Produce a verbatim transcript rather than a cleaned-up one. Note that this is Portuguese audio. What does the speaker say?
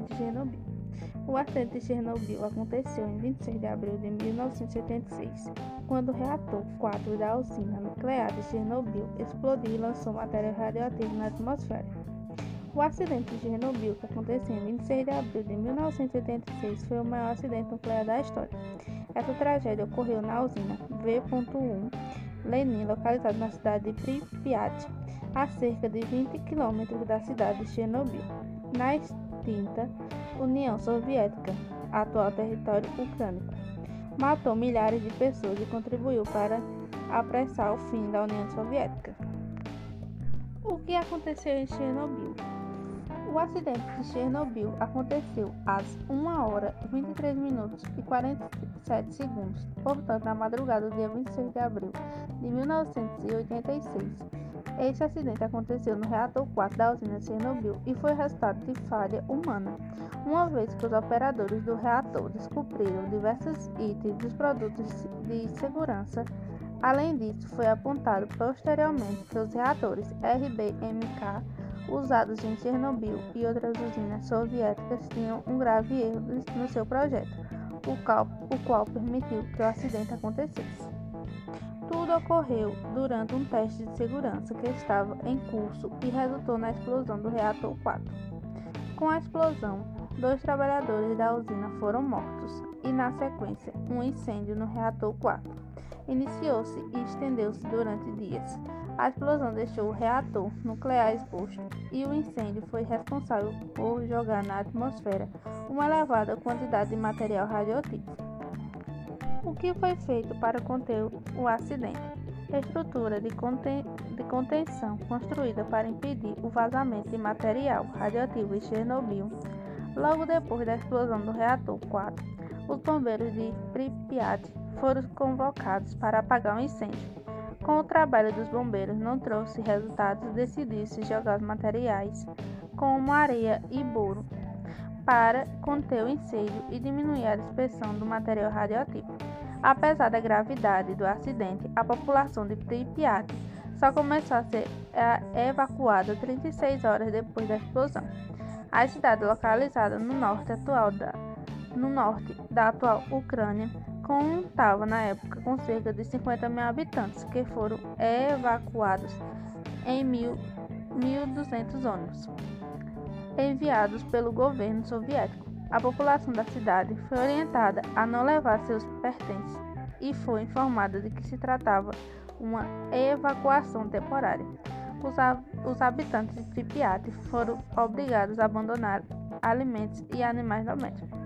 acidente de Chernobyl. O acidente de Chernobyl aconteceu em vinte e seis de abril de mil novecentos e setenta e seis, quando o reator quatro da usina nuclear de Chernobyl explodiu e lançou material radioativo na atmosfera. O acidente de Chernobyl, que aconteceu em vinte e seis de abril de mil novecentos e oitenta e seis, foi o maior acidente nuclear da história. Essa tragédia ocorreu na usina V um Lenin, localizada na cidade de Pripyat, a cerca de vinte quilômetros da cidade de Chernobyl, na extinta União Soviética, atual território ucrânico. Matou milhares de pessoas e contribuiu para apressar o fim da União Soviética. O que aconteceu em Chernobyl? O acidente de Chernobyl aconteceu às uma hora, vinte e três minutos e quarenta e sete segundos, portanto, na madrugada do dia vinte e seis de abril de mil novecentos e oitenta e seis. Este acidente aconteceu no reator quatro da usina de Chernobyl e foi resultado de falha humana, uma vez que os operadores do reator descobriram diversos itens dos produtos de segurança. Além disso, foi apontado posteriormente que os reatores R B M K usados em Chernobyl e outras usinas soviéticas tinham um grave erro no seu projeto, o qual, o qual permitiu que o acidente acontecesse. Tudo ocorreu durante um teste de segurança que estava em curso e resultou na explosão do reator quatro. Com a explosão, dois trabalhadores da usina foram mortos e, na sequência, um incêndio no reator quatro iniciou-se e estendeu-se durante dias. A explosão deixou o reator nuclear exposto e o incêndio foi responsável por jogar na atmosfera uma elevada quantidade de material radioativo. O que foi feito para conter o acidente? A estrutura de, conten de contenção construída para impedir o vazamento de material radioativo em Chernobyl. Logo depois da explosão do reator quatro, os bombeiros de Pripyat foram convocados para apagar o incêndio. Com o trabalho dos bombeiros não trouxe resultados, decidiu-se jogar os materiais, como areia e boro, para conter o incêndio e diminuir a dispersão do material radioativo. Apesar da gravidade do acidente, a população de Pripyat só começou a ser evacuada trinta e seis horas depois da explosão. A cidade, localizada no norte, atual da, no norte da atual Ucrânia, contava na época com cerca de cinquenta mil habitantes, que foram evacuados em mil e duzentos ônibus, enviados pelo governo soviético. A população da cidade foi orientada a não levar seus pertences e foi informada de que se tratava uma evacuação temporária. Os, os habitantes de Pripyat foram obrigados a abandonar alimentos e animais domésticos.